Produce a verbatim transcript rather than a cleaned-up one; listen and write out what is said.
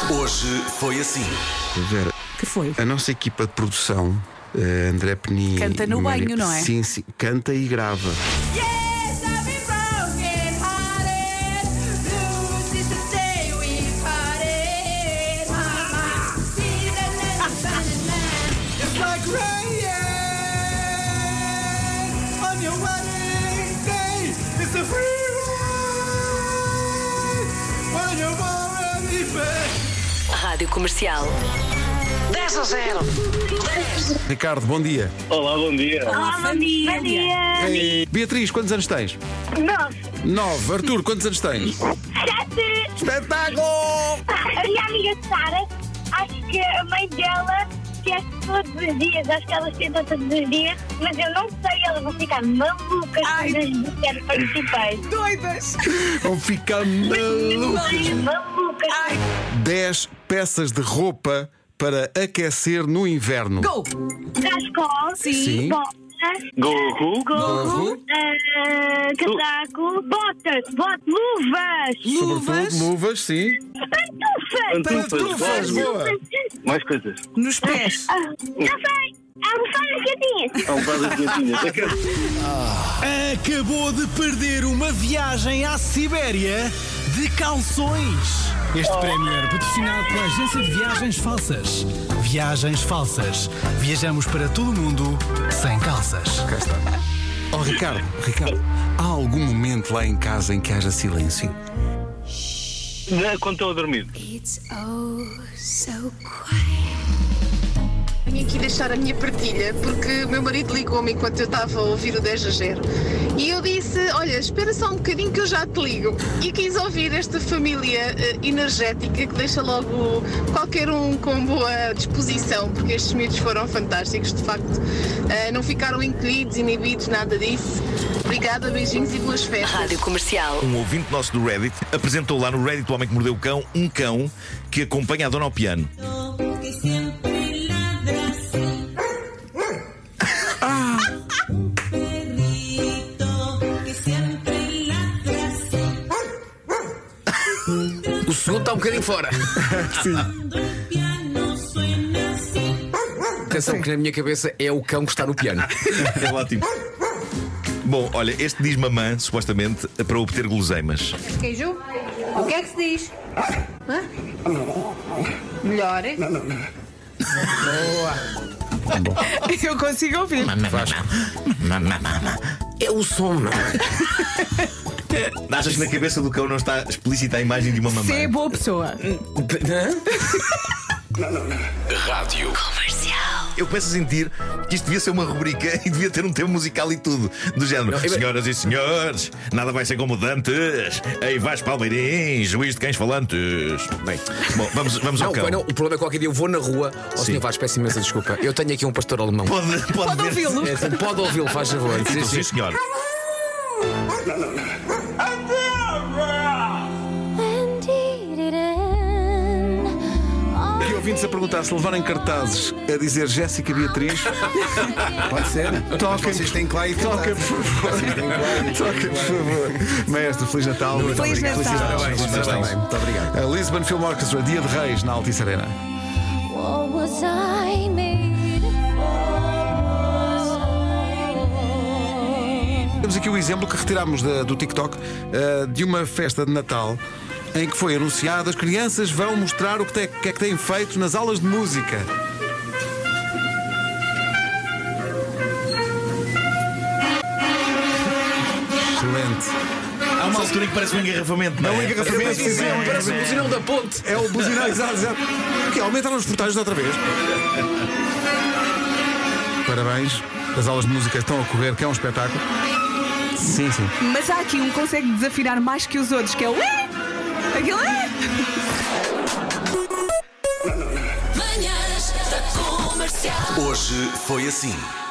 Hoje foi assim. Vera, que foi? A nossa equipa de produção, uh, André Peni, canta no Maria, banho, não é? Sim, sim, canta e grava. Rádio Comercial. dez a zero. Ricardo, bom dia. Olá, bom dia. Olá, família. Bom dia. Ei, Beatriz, quantos anos tens? Nove. Nove. Arthur, quantos anos tens? Sete. Espetáculo! A minha amiga Sara, acho que a mãe dela testa todos os dias. Acho que elas tentam todos os dias, mas eu não sei, elas vão ficar malucas Ai. quando eu quero participar. Doidas! Vão ficar malucos. Malucas. Ai. dez peças de roupa para aquecer no inverno. Go! Cascol. Sim. Botas. Gorro. Gorro. ah, casaco. Botas. Botas. Luvas. Sobretudo, luvas, sim. Pantufas. Pantufas, boa. Mais coisas. Nos pés. Ah, não sei. Almofadas quentinhas. Há um par de gatinhas. Acabou de perder uma viagem à Sibéria de calções. Este prémio era patrocinado pela agência de viagens falsas. Viagens falsas. Viajamos para todo o mundo sem calças. Cá está. Oh, Ricardo, Ricardo, há algum momento lá em casa em que haja silêncio? Quando estou a dormir. It's oh so quiet. Vim aqui deixar a minha partilha porque o meu marido ligou-me enquanto eu estava a ouvir o dez a zero e eu disse, olha, espera só um bocadinho que eu já te ligo, e quis ouvir esta família uh, energética que deixa logo qualquer um com boa disposição, porque estes miúdos foram fantásticos, de facto. Uh, não ficaram encolhidos, inibidos, nada disso. Obrigada, beijinhos e boas festas. Rádio Comercial. Um ouvinte nosso do Reddit apresentou lá no Reddit O Homem que Mordeu o Cão um cão que acompanha a dona ao piano. O segundo está um bocadinho fora. Sim. Atenção que na minha cabeça é o cão que está no piano. É ótimo. Bom, olha, este diz mamã, supostamente, para obter guloseimas. Queijo? O que é que se diz? Hã? Melhor? Eu consigo ouvir. É o som, não é? Achas que na cabeça do cão não está explícita a imagem de uma mamã? Você é boa pessoa. Rádio Comercial. Eu começo a sentir que isto devia ser uma rubrica e devia ter um tema musical e tudo. Do género, Não, eu- senhoras e senhores, nada vai ser como dantes. Ei, vais Palmeirim, juiz de cães falantes. Bem, bom, vamos, vamos ao Não, cão. pois não, o problema é que qualquer dia eu vou na rua. Ó Sim. senhor, faz peço imensa desculpa. Eu tenho aqui um pastor alemão. Pode, pode, Pode ver- ouvi-lo. É assim, pode ouvi-lo, faz favor. Sim, Então, sim. sim, senhor. E ouvintes a perguntar se levarem cartazes a dizer Jéssica Beatriz. Pode ser. Toquem, Vocês têm que lá e toquem, por favor. Vocês têm que lá e Toquem, por favor. Maestro, Feliz Natal. Muito Feliz obrigado. Natal. Felicidades. Parabéns, Vocês parabéns. também. Muito obrigado. A Lisbon Film Orchestra, Dia de Reis, na Altice Arena. What was I made for? Temos aqui o exemplo que retirámos da- do TikTok eh, de uma festa de Natal em que foi anunciado as crianças vão mostrar o que, te- que é que têm feito nas aulas de música. Excelente. Há uma altura em que parece um engarrafamento, não é? É um engarrafamento, sim, sim, é um Parece o buzinão da ponte. É o buzinar, exato, exato. O quê? Aumentaram os portagens outra vez? Parabéns. As aulas de música estão a correr, que é um espetáculo. Sim, sim. Mas há aqui um que consegue desafinar mais que os outros, que é o "Ué!" Aquele "Ué!" Manhãs da Comercial. Hoje foi assim.